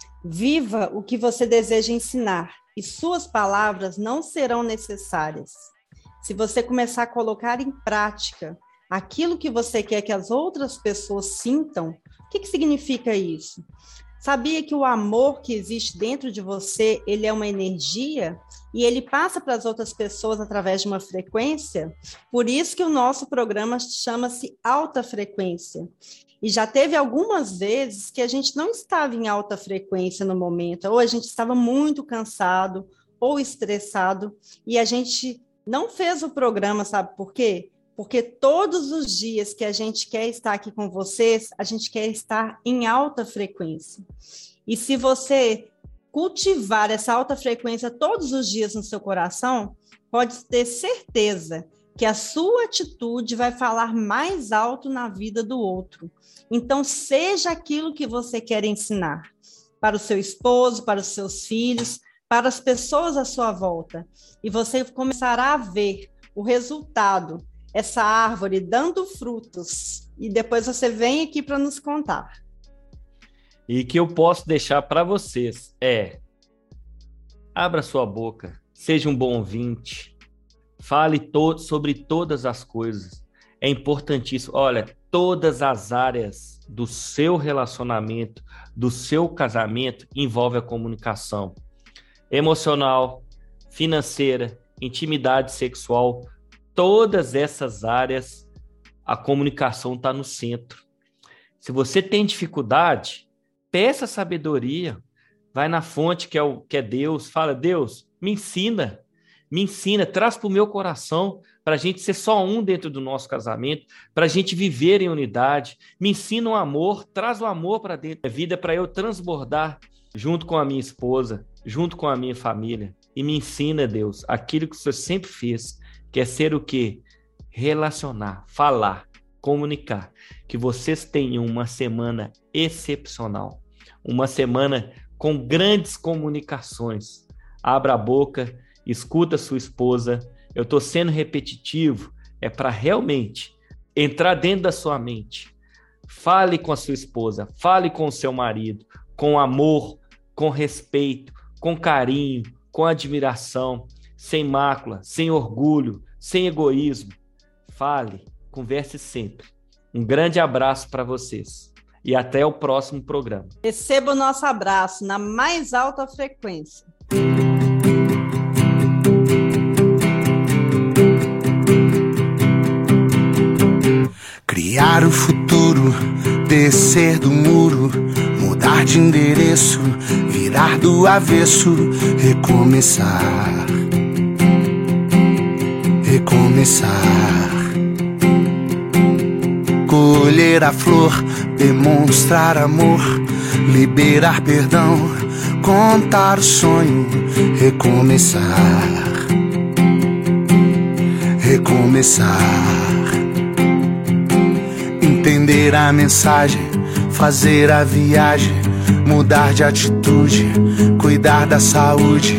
Viva o que você deseja ensinar e suas palavras não serão necessárias. Se você começar a colocar em prática aquilo que você quer que as outras pessoas sintam, o que, que significa isso? Sabia que o amor que existe dentro de você, ele é uma energia e ele passa para as outras pessoas através de uma frequência? Por isso que o nosso programa chama-se Alta Frequência. E já teve algumas vezes que a gente não estava em alta frequência no momento, ou a gente estava muito cansado ou estressado, e a gente não fez o programa, sabe por quê? Porque todos os dias que a gente quer estar aqui com vocês, a gente quer estar em alta frequência. E se você cultivar essa alta frequência todos os dias no seu coração, pode ter certeza que a sua atitude vai falar mais alto na vida do outro. Então, seja aquilo que você quer ensinar para o seu esposo, para os seus filhos, para as pessoas à sua volta. E você começará a ver o resultado, essa árvore dando frutos. E depois você vem aqui para nos contar. E que eu posso deixar para vocês é: abra sua boca, seja um bom ouvinte, fale to- sobre todas as coisas. É importantíssimo. Olha, todas as áreas do seu relacionamento, do seu casamento, envolve a comunicação emocional, financeira, intimidade sexual. Todas essas áreas, a comunicação está no centro. Se você tem dificuldade, peça sabedoria. Vai na fonte que é, o, que é Deus. Fala: Deus, me ensina. Me ensina, traz para o meu coração, para a gente ser só um dentro do nosso casamento, para a gente viver em unidade. Me ensina o amor, traz o amor para dentro da vida, para eu transbordar junto com a minha esposa, junto com a minha família. E me ensina, Deus, aquilo que o Senhor sempre fez, que é ser o quê? Relacionar, falar, comunicar. Que vocês tenham uma semana excepcional, uma semana com grandes comunicações. Abra a boca, escuta sua esposa. Eu estou sendo repetitivo, é para realmente entrar dentro da sua mente. Fale com a sua esposa, fale com o seu marido, com amor, com respeito, com carinho, com admiração, sem mácula, sem orgulho, sem egoísmo. Fale, converse sempre. Um grande abraço para vocês e até o próximo programa. Receba o nosso abraço na mais alta frequência. Criar o futuro, descer do muro, mudar de endereço, virar do avesso, recomeçar, recomeçar. Colher a flor, demonstrar amor, liberar perdão, contar o sonho, recomeçar, recomeçar. Entender a mensagem, fazer a viagem, mudar de atitude, cuidar da saúde,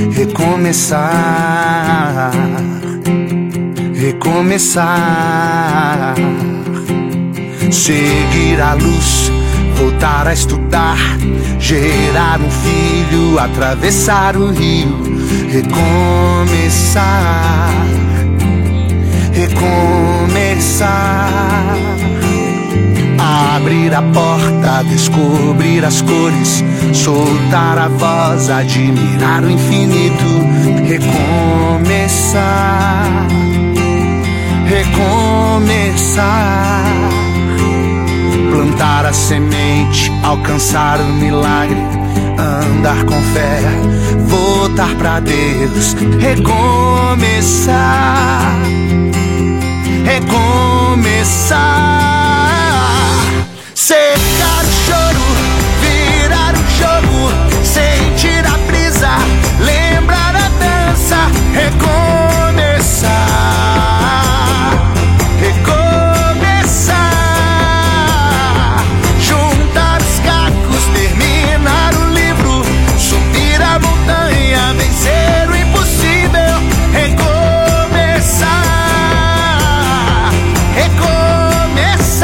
recomeçar, recomeçar. Seguir a luz, voltar a estudar, gerar um filho, atravessar o rio, recomeçar, recomeçar. Abrir a porta, descobrir as cores, soltar a voz, admirar o infinito, recomeçar, recomeçar. Plantar a semente, alcançar o milagre, andar com fé, voltar pra Deus, recomeçar, recomeçar. Secar o choro, virar o jogo, sentir a brisa, lembrar a dança, recomeçar, recomeçar. Juntar os cacos, terminar o livro, subir a montanha, vencer o impossível, recomeçar, recomeçar.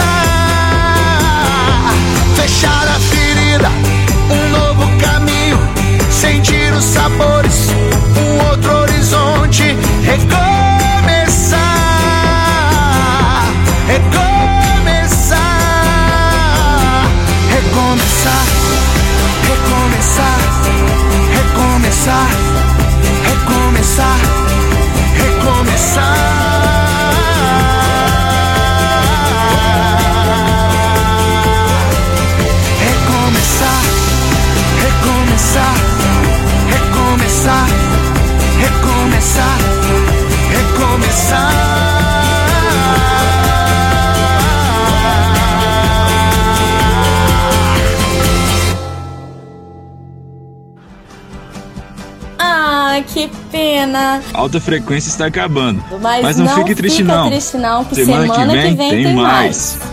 Ai, que pena. Alta Frequência está acabando. Mas, Mas não, não fique triste fica não. triste não, que semana, semana que vem, que vem tem, tem mais. mais.